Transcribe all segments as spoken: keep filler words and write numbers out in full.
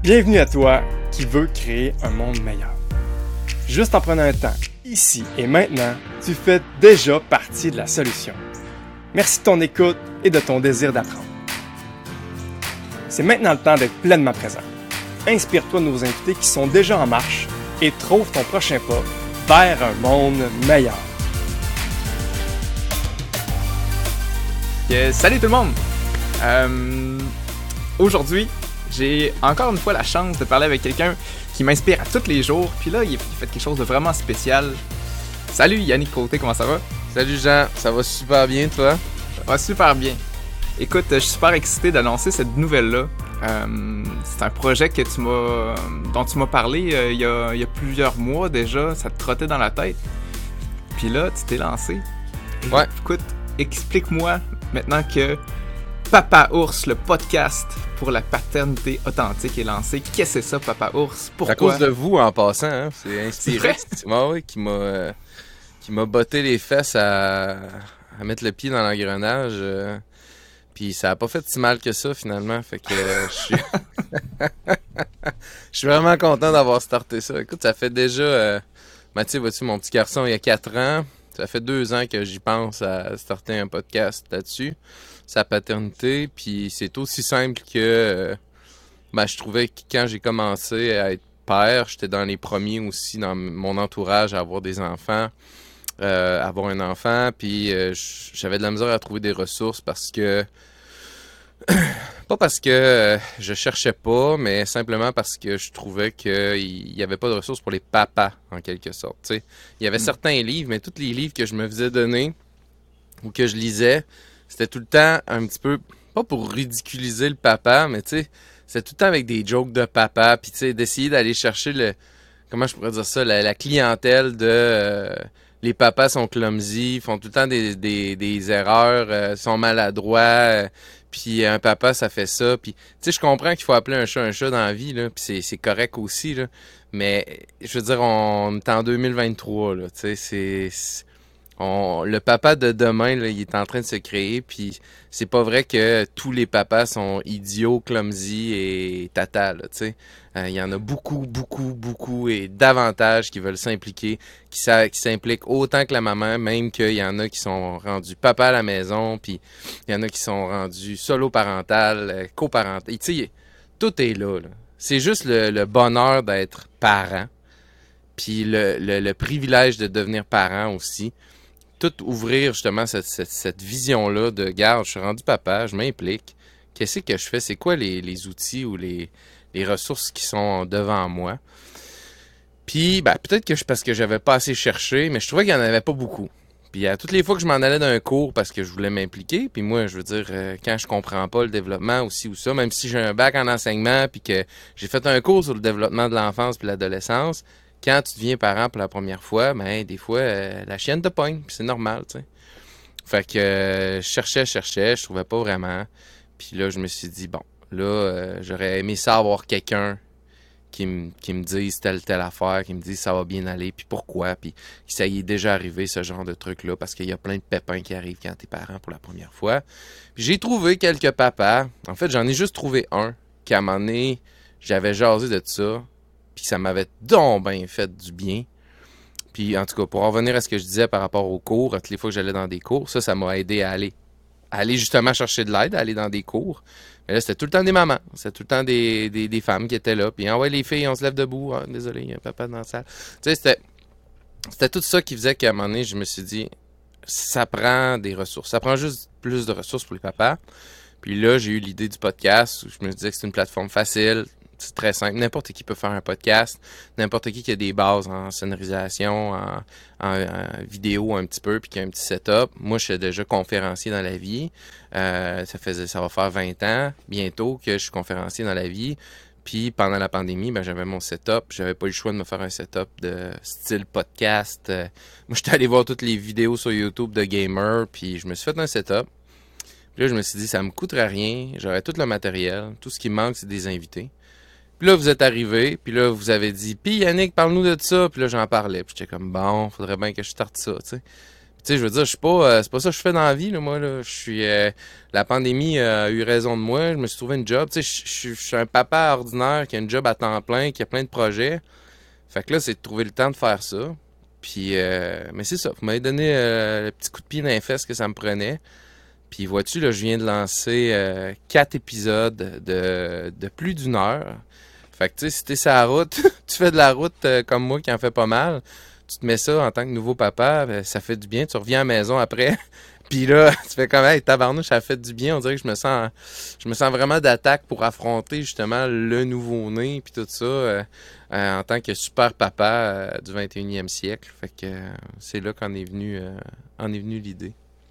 Bienvenue à toi qui veux créer un monde meilleur. Juste en prenant un temps, ici et maintenant, tu fais déjà partie de la solution. Merci de ton écoute et de ton désir d'apprendre. C'est maintenant le temps d'être pleinement présent. Inspire-toi de nos invités qui sont déjà en marche et trouve ton prochain pas vers un monde meilleur. Yeah, salut tout le monde! Euh, aujourd'hui, j'ai encore une fois la chance de parler avec quelqu'un qui m'inspire à tous les jours. Puis là, il a fait quelque chose de vraiment spécial. Salut Yannick Côté, comment ça va? Salut Jean, ça va super bien toi? Ça va super bien. Écoute, je suis super excité d'annoncer cette nouvelle-là. Euh, c'est un projet que tu m'as, dont tu m'as parlé euh, il, y a, il y a plusieurs mois déjà. Ça te trottait dans la tête. Puis là, tu t'es lancé. Ouais. Écoute, explique-moi maintenant que Papa Ours, le podcast pour la paternité authentique est lancé. Qu'est-ce que c'est ça, Papa Ours? Pourquoi? À cause de vous en passant, hein? C'est inspiré. C'est ouais, ouais, qui m'a euh, qui m'a botté les fesses à, à mettre le pied dans l'engrenage. Euh, Puis ça a pas fait si mal que ça finalement. Fait que euh, je suis je suis vraiment content d'avoir starté ça. Écoute, ça fait déjà euh... Mathieu, vois-tu, mon petit garçon, il y a quatre ans. Ça fait deux ans que j'y pense à starter un podcast là-dessus. Sa paternité, puis c'est aussi simple que euh, ben, je trouvais que quand j'ai commencé à être père, j'étais dans les premiers aussi dans mon entourage à avoir des enfants, euh, avoir un enfant, puis euh, j'avais de la misère à trouver des ressources parce que pas parce que euh, je cherchais pas, mais simplement parce que je trouvais qu'il y avait pas de ressources pour les papas en quelque sorte. T'sais. Il y avait mm. certains livres, mais tous les livres que je me faisais donner ou que je lisais, c'était tout le temps un petit peu, pas pour ridiculiser le papa, mais tu sais, c'était tout le temps avec des jokes de papa, puis tu sais, d'essayer d'aller chercher le, comment je pourrais dire ça, la, la clientèle de euh, les papas sont clumsy, font tout le temps des, des, des erreurs, euh, sont maladroits, euh, puis un papa ça fait ça, puis tu sais, je comprends qu'il faut appeler un chat un chat dans la vie, là, puis c'est, c'est correct aussi, là, mais je veux dire, on est en deux mille vingt-trois, là, tu sais, c'est... c'est On, le papa de demain, là, il est en train de se créer, puis c'est pas vrai que tous les papas sont idiots, clumsy et tata, là, tu sais. Euh, il y en a beaucoup, beaucoup, beaucoup et davantage qui veulent s'impliquer, qui, sa, qui s'impliquent autant que la maman, même qu'il y en a qui sont rendus papa à la maison, puis il y en a qui sont rendus solo-parental, euh, coparental. Tu sais, tout est là, là. C'est juste le, le bonheur d'être parent, puis le, le, le privilège de devenir parent aussi. Tout ouvrir justement cette, cette, cette vision-là de « Garde, je suis rendu papa, je m'implique. Qu'est-ce que je fais? C'est quoi les, les outils ou les, les ressources qui sont devant moi? » Puis, ben, peut-être que c'est parce que j'avais pas assez cherché, mais je trouvais qu'il n'y en avait pas beaucoup. Puis, à toutes les fois que je m'en allais d'un cours parce que je voulais m'impliquer, puis moi, je veux dire, euh, quand je comprends pas le développement aussi ou ça, même si j'ai un bac en enseignement puis que j'ai fait un cours sur le développement de l'enfance puis l'adolescence, quand tu deviens parent pour la première fois, ben des fois, euh, la chienne te pogne, puis c'est normal, tu sais. Fait que euh, je cherchais, je cherchais, je trouvais pas vraiment. Puis là, je me suis dit, bon, là, euh, j'aurais aimé ça avoir quelqu'un qui me qui me dise telle, telle affaire, qui me dise ça va bien aller, puis pourquoi, puis ça y est déjà arrivé, ce genre de truc-là, parce qu'il y a plein de pépins qui arrivent quand t'es parent pour la première fois. Puis j'ai trouvé quelques papas. En fait, j'en ai juste trouvé un, qui à un moment donné, j'avais jasé de ça, puis ça m'avait donc bien fait du bien. Puis en tout cas, pour en revenir à ce que je disais par rapport aux cours, toutes les fois que j'allais dans des cours, ça, ça m'a aidé à aller, à aller justement chercher de l'aide, à aller dans des cours. Mais là, c'était tout le temps des mamans, c'était tout le temps des, des, des femmes qui étaient là. Puis ah ouais, les filles, on se lève debout. Ah, désolé, il y a un papa dans la salle. Tu sais, c'était, c'était tout ça qui faisait qu'à un moment donné, je me suis dit, ça prend des ressources. Ça prend juste plus de ressources pour les papas. Puis là, j'ai eu l'idée du podcast où je me disais que c'est une plateforme facile. C'est très simple. N'importe qui peut faire un podcast. N'importe qui qui a des bases en sonorisation, en, en, en vidéo un petit peu, puis qui a un petit setup. Moi, je suis déjà conférencier dans la vie. Euh, ça faisait, ça va faire vingt ans, bientôt, que je suis conférencier dans la vie. Puis pendant la pandémie, ben, j'avais mon setup. J'avais pas eu le choix de me faire un setup de style podcast. Euh, moi, j'étais allé voir toutes les vidéos sur YouTube de gamers, puis je me suis fait un setup. Puis là, je me suis dit, ça me coûterait rien. J'aurais tout le matériel. Tout ce qui me manque, c'est des invités. Puis là, vous êtes arrivé, puis là, vous avez dit « Puis Yannick, parle-nous de ça. » Puis là, j'en parlais. Puis j'étais comme « Bon, faudrait bien que je starte ça, tu sais. » Tu sais, je veux dire, je suis pas, euh, c'est pas ça que je fais dans la vie, là, moi, là. Je suis, euh, la pandémie a eu raison de moi. Je me suis trouvé une job. Tu sais, je je- je suis un papa ordinaire qui a une job à temps plein, qui a plein de projets. Fait que là, c'est de trouver le temps de faire ça. Puis, euh, mais c'est ça. Vous m'avez donné euh, le petit coup de pied dans les fesses que ça me prenait. Puis, vois-tu, là, je viens de lancer euh, quatre épisodes de, de plus d'une heure. Fait que, tu sais, si t'es sur la route, tu fais de la route euh, comme moi qui en fait pas mal. Tu te mets ça en tant que nouveau papa, ben, ça fait du bien. Tu reviens à la maison après. Puis là, tu fais comme, hey, tabarnouche, ça fait du bien. On dirait que je me sens, je me sens vraiment d'attaque pour affronter justement le nouveau-né puis tout ça euh, euh, en tant que super papa euh, du vingt et unième siècle. Fait que euh, c'est là qu'en est venu, euh, en est venue l'idée.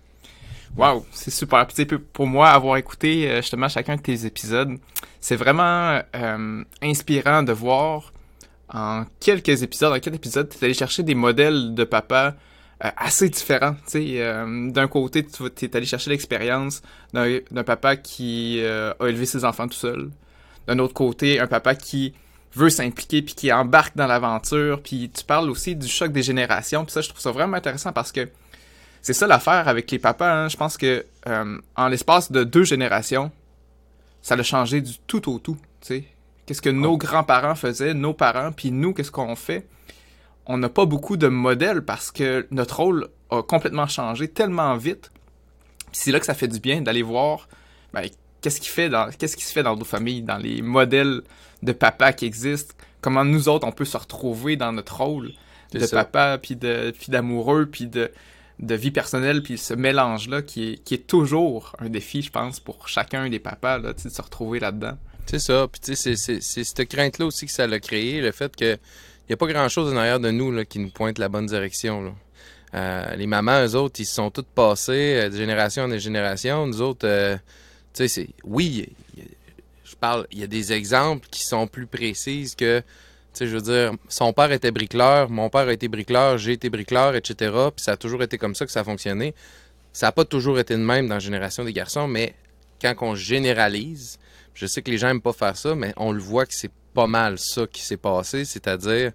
Wow, c'est super. Puis, tu sais, pour moi, avoir écouté euh, justement chacun de tes épisodes, c'est vraiment euh, inspirant de voir en quelques épisodes, en quelques épisodes, tu es allé chercher des modèles de papa euh, assez différents. Tu sais, euh, d'un côté, tu es allé chercher l'expérience d'un, d'un papa qui euh, a élevé ses enfants tout seul. D'un autre côté, un papa qui veut s'impliquer puis qui embarque dans l'aventure. Puis tu parles aussi du choc des générations. Puis ça, je trouve ça vraiment intéressant parce que c'est ça l'affaire avec les papas. Hein. Je pense que euh, en l'espace de deux générations, ça a changé du tout au tout. Tu sais. Qu'est-ce que nos grands-parents faisaient, nos parents, puis nous, qu'est-ce qu'on fait? On n'a pas beaucoup de modèles parce que notre rôle a complètement changé tellement vite. Puis c'est là que ça fait du bien d'aller voir ben, qu'est-ce qui fait dans, qu'est-ce qui se fait dans nos familles, dans les modèles de papa qui existent, comment nous autres, on peut se retrouver dans notre rôle C'est de ça. papa, puis de, puis d'amoureux, puis de, de vie personnelle, puis ce mélange-là qui est, qui est toujours un défi, je pense, pour chacun des papas, là, tu sais, de se retrouver là-dedans. C'est ça. Puis tu sais, c'est, c'est, c'est cette crainte-là aussi que ça l'a créé, le fait que il n'y a pas grand-chose en arrière de nous là, qui nous pointe la bonne direction. Là. Euh, les mamans, eux autres, ils se sont toutes passés euh, de génération en génération. Nous autres, euh, tu sais, c'est oui, y- y- je parle, il y a des exemples qui sont plus précises que, tu sais, je veux dire, son père était bricoleur, mon père a été bricoleur, j'ai été bricoleur, et cetera. Puis ça a toujours été comme ça que ça a fonctionné. Ça n'a pas toujours été de même dans la génération des garçons, mais quand on généralise, je sais que les gens n'aiment pas faire ça, mais on le voit que c'est pas mal ça qui s'est passé, c'est-à-dire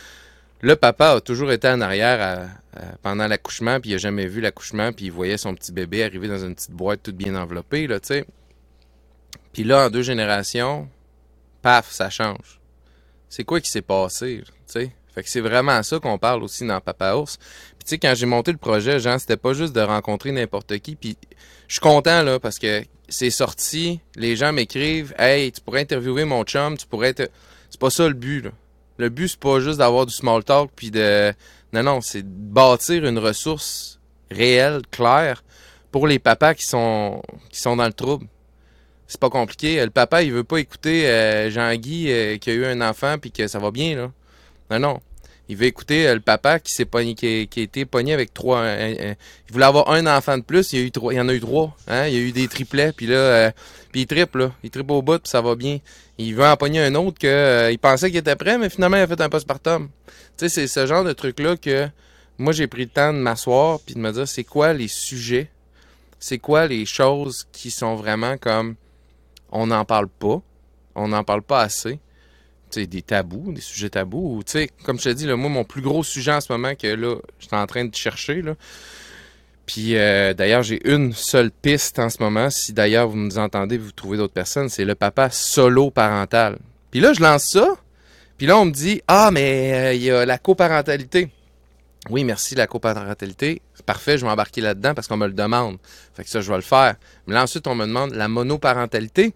le papa a toujours été en arrière à, à, pendant l'accouchement, puis il a jamais vu l'accouchement, puis il voyait son petit bébé arriver dans une petite boîte toute bien enveloppée, là, tu sais. Puis là, en deux générations, paf, ça change. C'est quoi qui s'est passé, tu sais? Fait que c'est vraiment ça qu'on parle aussi dans Papa Ours. Puis tu sais, quand j'ai monté le projet, Jean, c'était pas juste de rencontrer n'importe qui, puis je suis content, là, parce que c'est sorti, les gens m'écrivent « Hey, tu pourrais interviewer mon chum, tu pourrais... Te... » C'est pas ça le but, là. Le but, c'est pas juste d'avoir du small talk, puis de... Non, non, c'est de bâtir une ressource réelle, claire, pour les papas qui sont qui sont dans le trouble. C'est pas compliqué. Le papa, il veut pas écouter euh, Jean-Guy euh, qui a eu un enfant, puis que ça va bien, là. Non, non. Il veut écouter euh, le papa qui s'est pogné, qui a, qui a été pogné avec trois. Un, un, il voulait avoir un enfant de plus, il y a eu trois, il y en a eu trois. Hein? Il y a eu des triplets, puis là, euh, puis il triple, là. Il triple au bout, puis ça va bien. Il veut en pogner un autre que euh, il pensait qu'il était prêt, mais finalement il a fait un postpartum. Tu sais, c'est ce genre de truc-là que moi j'ai pris le temps de m'asseoir puis de me dire c'est quoi les sujets, c'est quoi les choses qui sont vraiment comme on n'en parle pas, on n'en parle pas assez. Tu sais, des tabous, des sujets tabous. Ou, tu sais, comme je te dis, là, moi, mon plus gros sujet en ce moment que là, je suis en train de chercher, là. Puis euh, d'ailleurs, j'ai une seule piste en ce moment. Si d'ailleurs vous nous entendez, vous trouvez d'autres personnes, c'est le papa solo parental. Puis là, je lance ça. Puis là, on me dit, ah, mais il euh, y a la coparentalité. Oui, merci, la coparentalité. C'est parfait, je vais embarquer là-dedans parce qu'on me le demande. Fait que ça, je vais le faire. Mais là, ensuite, on me demande la monoparentalité.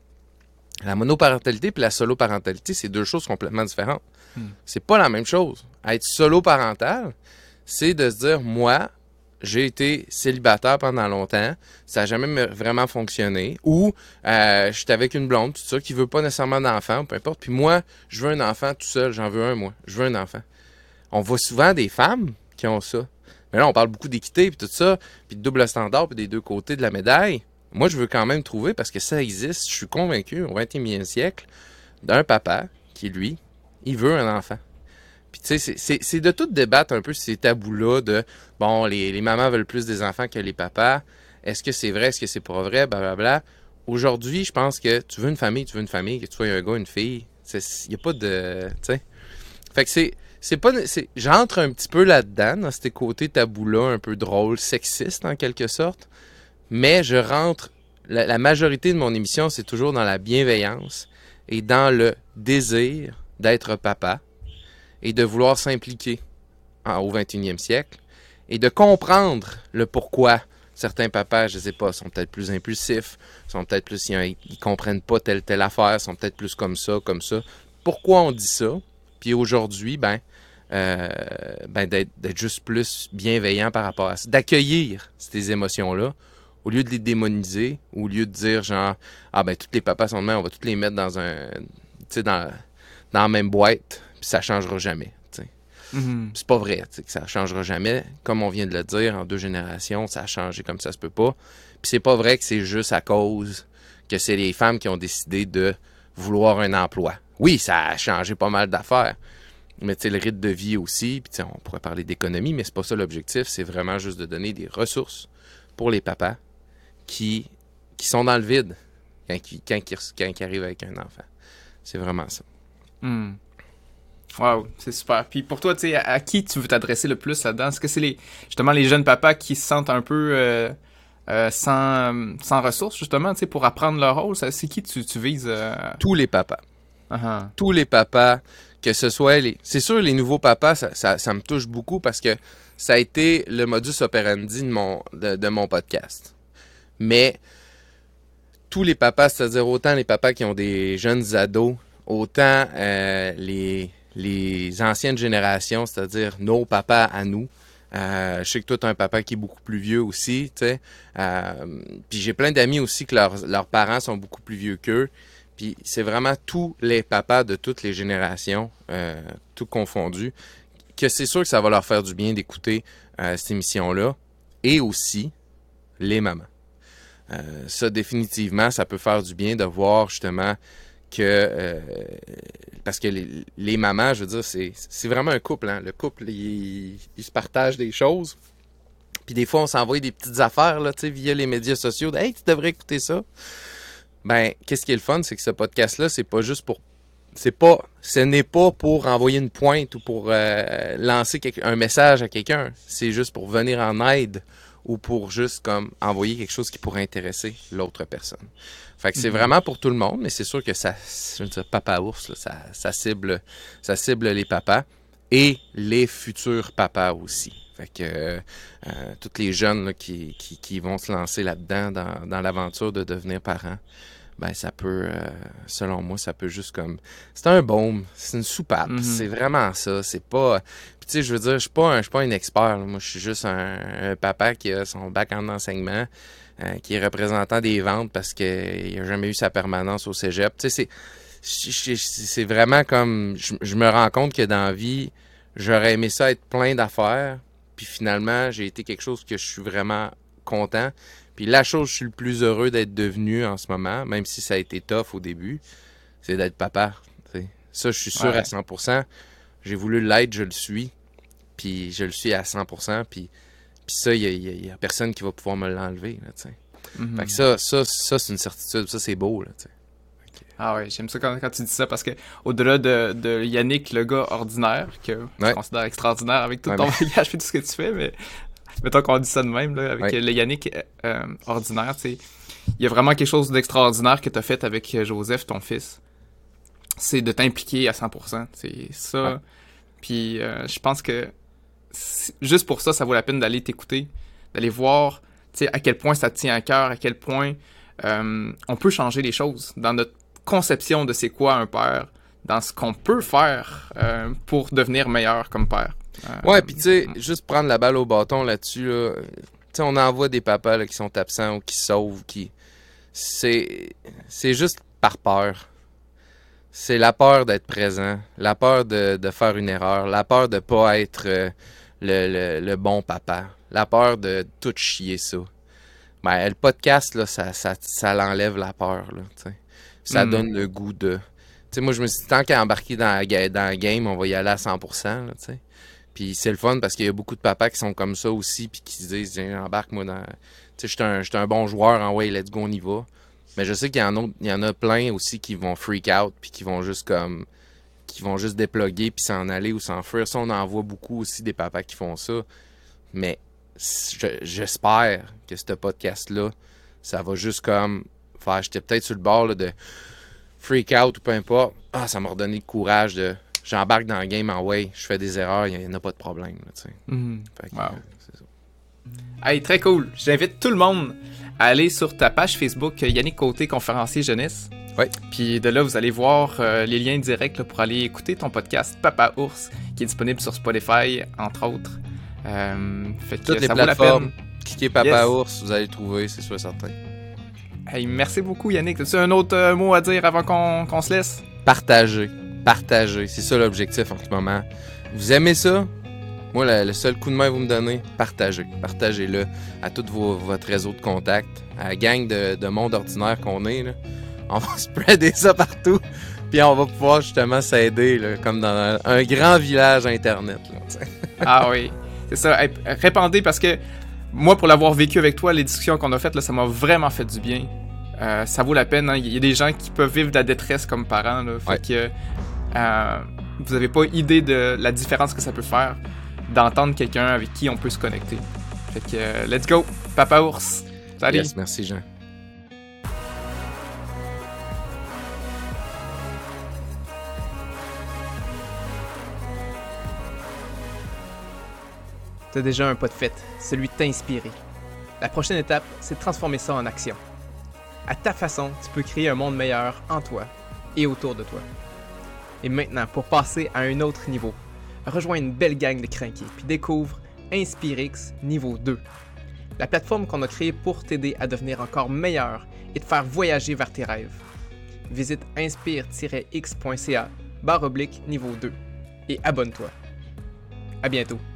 La monoparentalité puis la solo-parentalité, c'est deux choses complètement différentes. Hmm. C'est pas la même chose. Être solo-parental, c'est de se dire, moi, j'ai été célibataire pendant longtemps, ça n'a jamais vraiment fonctionné, ou euh, je suis avec une blonde, tout ça, qui veut pas nécessairement d'enfant, peu importe, puis moi, je veux un enfant tout seul, j'en veux un, moi, je veux un enfant. On voit souvent des femmes qui ont ça. Mais là, on parle beaucoup d'équité, puis tout ça, puis de double standard, puis des deux côtés de la médaille. Moi, je veux quand même trouver, parce que ça existe, je suis convaincu, au vingt et unième siècle, d'un papa qui, lui, il veut un enfant. Puis, tu sais, c'est, c'est, c'est de tout débattre un peu ces tabous-là de, bon, les, les mamans veulent plus des enfants que les papas. Est-ce que c'est vrai, est-ce que c'est pas vrai, blablabla. Aujourd'hui, je pense que tu veux une famille, tu veux une famille, que tu sois un gars, une fille. Il n'y a pas de, tu sais. Fait que c'est, c'est pas... C'est, j'entre un petit peu là-dedans, dans ce côté tabou-là, un peu drôle, sexiste en quelque sorte. Mais je rentre... La, la majorité de mon émission, c'est toujours dans la bienveillance et dans le désir d'être papa et de vouloir s'impliquer en, au vingt et unième siècle et de comprendre le pourquoi certains papas, je sais pas, sont peut-être plus impulsifs, sont peut-être plus... Ils, ils comprennent pas telle telle affaire, sont peut-être plus comme ça, comme ça. Pourquoi on dit ça? Puis aujourd'hui, ben, euh, ben d'être, d'être juste plus bienveillant par rapport à ça, d'accueillir ces émotions-là, au lieu de les démoniser, au lieu de dire genre, ah ben tous les papas sont de même, on va tous les mettre dans un, tu sais, dans, dans la même boîte, puis ça changera jamais. Mm-hmm. C'est pas vrai, que ça changera jamais. Comme on vient de le dire, en deux générations, ça a changé comme ça se peut pas. Puis c'est pas vrai que c'est juste à cause que c'est les femmes qui ont décidé de vouloir un emploi. Oui, ça a changé pas mal d'affaires. Mais tu sais, le rythme de vie aussi, puis on pourrait parler d'économie, mais c'est pas ça l'objectif. C'est vraiment juste de donner des ressources pour les papas qui, qui sont dans le vide quand, quand, quand, quand ils arrivent avec un enfant. C'est vraiment ça. Mm. Wow, c'est super. Puis pour toi, tu sais, à, à qui tu veux t'adresser le plus là-dedans? Est-ce que c'est les justement les jeunes papas qui se sentent un peu euh, euh, sans, sans ressources, justement, tu sais, pour apprendre leur rôle? Ça, c'est qui tu, tu vises? Euh... Tous les papas. Uh-huh. Tous les papas, que ce soit les... C'est sûr, les nouveaux papas, ça, ça, ça me touche beaucoup parce que ça a été le modus operandi de mon, de, de mon podcast. Mais tous les papas, c'est-à-dire autant les papas qui ont des jeunes ados, autant euh, les, les anciennes générations, c'est-à-dire nos papas à nous. Euh, je sais que toi, tu as un papa qui est beaucoup plus vieux aussi, tu sais. Euh, puis j'ai plein d'amis aussi que leurs, leurs parents sont beaucoup plus vieux qu'eux. Puis c'est vraiment tous les papas de toutes les générations, euh, tout confondu, que c'est sûr que ça va leur faire du bien d'écouter euh, cette émission-là. Et aussi, les mamans. Euh, ça, définitivement, ça peut faire du bien de voir justement que... Euh, parce que les, les mamans, je veux dire, c'est, c'est vraiment un couple. Hein? Le couple, il, il se partage des choses. Puis des fois, on s'envoie des petites affaires là, via les médias sociaux. « Hey, tu devrais écouter ça. » Ben, qu'est-ce qui est le fun, c'est que ce podcast-là, c'est pas juste pour... C'est pas... Ce n'est pas pour envoyer une pointe ou pour euh, lancer quelque, un message à quelqu'un. C'est juste pour venir en aide ou pour juste comme envoyer quelque chose qui pourrait intéresser l'autre personne. Fait que c'est mm-hmm. vraiment pour tout le monde, mais c'est sûr que ça, je veux dire, Papa Ours, là, ça, ça cible, ça cible les papas et les futurs papas aussi. Fait que euh, euh, tous les jeunes là, qui, qui, qui vont se lancer là-dedans dans, dans l'aventure de devenir parents, ben ça peut, euh, selon moi, ça peut juste comme... C'est un baume, c'est une soupape, mm-hmm. c'est vraiment ça, c'est pas... Puis tu sais, je veux dire, je suis pas un, je suis pas un expert, là. Moi je suis juste un, un papa qui a son bac en enseignement, euh, qui est représentant des ventes parce qu'il a jamais eu sa permanence au cégep. Tu sais, c'est, c'est vraiment comme... Je, je me rends compte que dans la vie, j'aurais aimé ça être plein d'affaires, puis finalement, j'ai été quelque chose que je suis vraiment content. Puis la chose que je suis le plus heureux d'être devenu en ce moment, même si ça a été tough au début, c'est d'être papa. T'sais. Ça, je suis sûr ouais. à cent pour cent. J'ai voulu l'être, je le suis. Puis je le suis à cent pour cent. Puis, puis ça, il n'y a, a, a personne qui va pouvoir me l'enlever. Là, mm-hmm. Fait que ça, ça, ça, c'est une certitude. Ça, c'est beau. Là, okay. Ah ouais, j'aime ça quand, quand tu dis ça parce que au-delà de, de Yannick, le gars ordinaire, que ouais. je considère extraordinaire avec tout ouais, ton mais... bagage et tout ce que tu fais, mais... Mettons qu'on dit ça de même, là, avec ouais. le Yannick euh, ordinaire, tu sais. Il y a vraiment quelque chose d'extraordinaire que tu as fait avec Joseph, ton fils. C'est de t'impliquer à cent pour cent. C'est ça. Ouais. Puis euh, je pense que juste pour ça, ça vaut la peine d'aller t'écouter, d'aller voir, tu sais, à quel point ça te tient à cœur, à quel point euh, on peut changer les choses dans notre conception de c'est quoi un père, dans ce qu'on peut faire euh, pour devenir meilleur comme père. Euh, ouais, puis tu sais, juste prendre la balle au bâton là-dessus, là, tu sais, on envoie des papas là, qui sont absents ou qui sauvent, qui... C'est... C'est juste par peur. C'est la peur d'être présent, la peur de, de faire une erreur, la peur de pas être euh, le, le, le bon papa, la peur de tout chier ça. Ben, le podcast, là, ça, ça, ça l'enlève la peur, là, tu sais. Ça mm. donne le goût de... Tu sais, moi, je me suis dit, tant qu'à embarquer dans la, dans la game, on va y aller à cent pour cent, là, tu sais. Puis c'est le fun parce qu'il y a beaucoup de papas qui sont comme ça aussi puis qui se disent embarque moi dans tu sais j'étais un j'étais un bon joueur en way let's go on y va. Mais je sais qu'il y en a il y en a plein aussi qui vont freak out puis qui vont juste comme qui vont juste déploguer puis s'en aller ou s'enfuir. Ça, on en voit beaucoup aussi des papas qui font ça. Mais je- j'espère que ce podcast-là, ça va juste comme faire... J'étais peut-être sur le bord là, de freak out ou peu importe. Ah, ça m'a redonné le courage de... J'embarque dans le game en way, je fais des erreurs, il n'y en a pas de problème. Là, tu sais. Mhm. Fait que, Wow. euh, c'est ça. Hey, très cool. J'invite tout le monde à aller sur ta page Facebook Yannick Côté, conférencier jeunesse. Ouais. Puis de là, vous allez voir euh, les liens directs là, pour aller écouter ton podcast Papa Ours, qui est disponible sur Spotify, entre autres. Euh, fait que Toutes les ça vaut la plateformes. peine. Cliquez Papa Yes. Ours, vous allez le trouver, c'est sûr certain. Hey, merci beaucoup, Yannick. As-tu un autre euh, mot à dire avant qu'on qu'on se laisse? Partagez. Partagez. C'est ça l'objectif en ce moment. Vous aimez ça? Moi, le, le seul coup de main que vous me donnez, partagez. Partagez-le à tout vos, votre réseau de contacts, à la gang de, de monde ordinaire qu'on est. Là. On va spreader ça partout. Puis on va pouvoir justement s'aider, là, comme dans un, un grand village Internet. Là, tu sais. Ah oui, c'est ça. Hey, répandez parce que moi, pour l'avoir vécu avec toi, les discussions qu'on a faites, là, ça m'a vraiment fait du bien. Euh, ça vaut la peine. Hein. Il y a des gens qui peuvent vivre de la détresse comme parents. Là. Fait Ouais. que euh, vous n'avez pas idée de la différence que ça peut faire d'entendre quelqu'un avec qui on peut se connecter. Fait que euh, let's go, Papa Ours. Salut. Yes, merci Jean. T'as déjà un pas de fait, celui de t'inspirer. La prochaine étape, c'est de transformer ça en action. À ta façon, tu peux créer un monde meilleur en toi et autour de toi. Et maintenant, pour passer à un autre niveau, rejoins une belle gang de crinqués puis découvre InspireX niveau deux. La plateforme qu'on a créée pour t'aider à devenir encore meilleur et te faire voyager vers tes rêves. Visite inspire-x.ca barre oblique niveau deux et abonne-toi. À bientôt.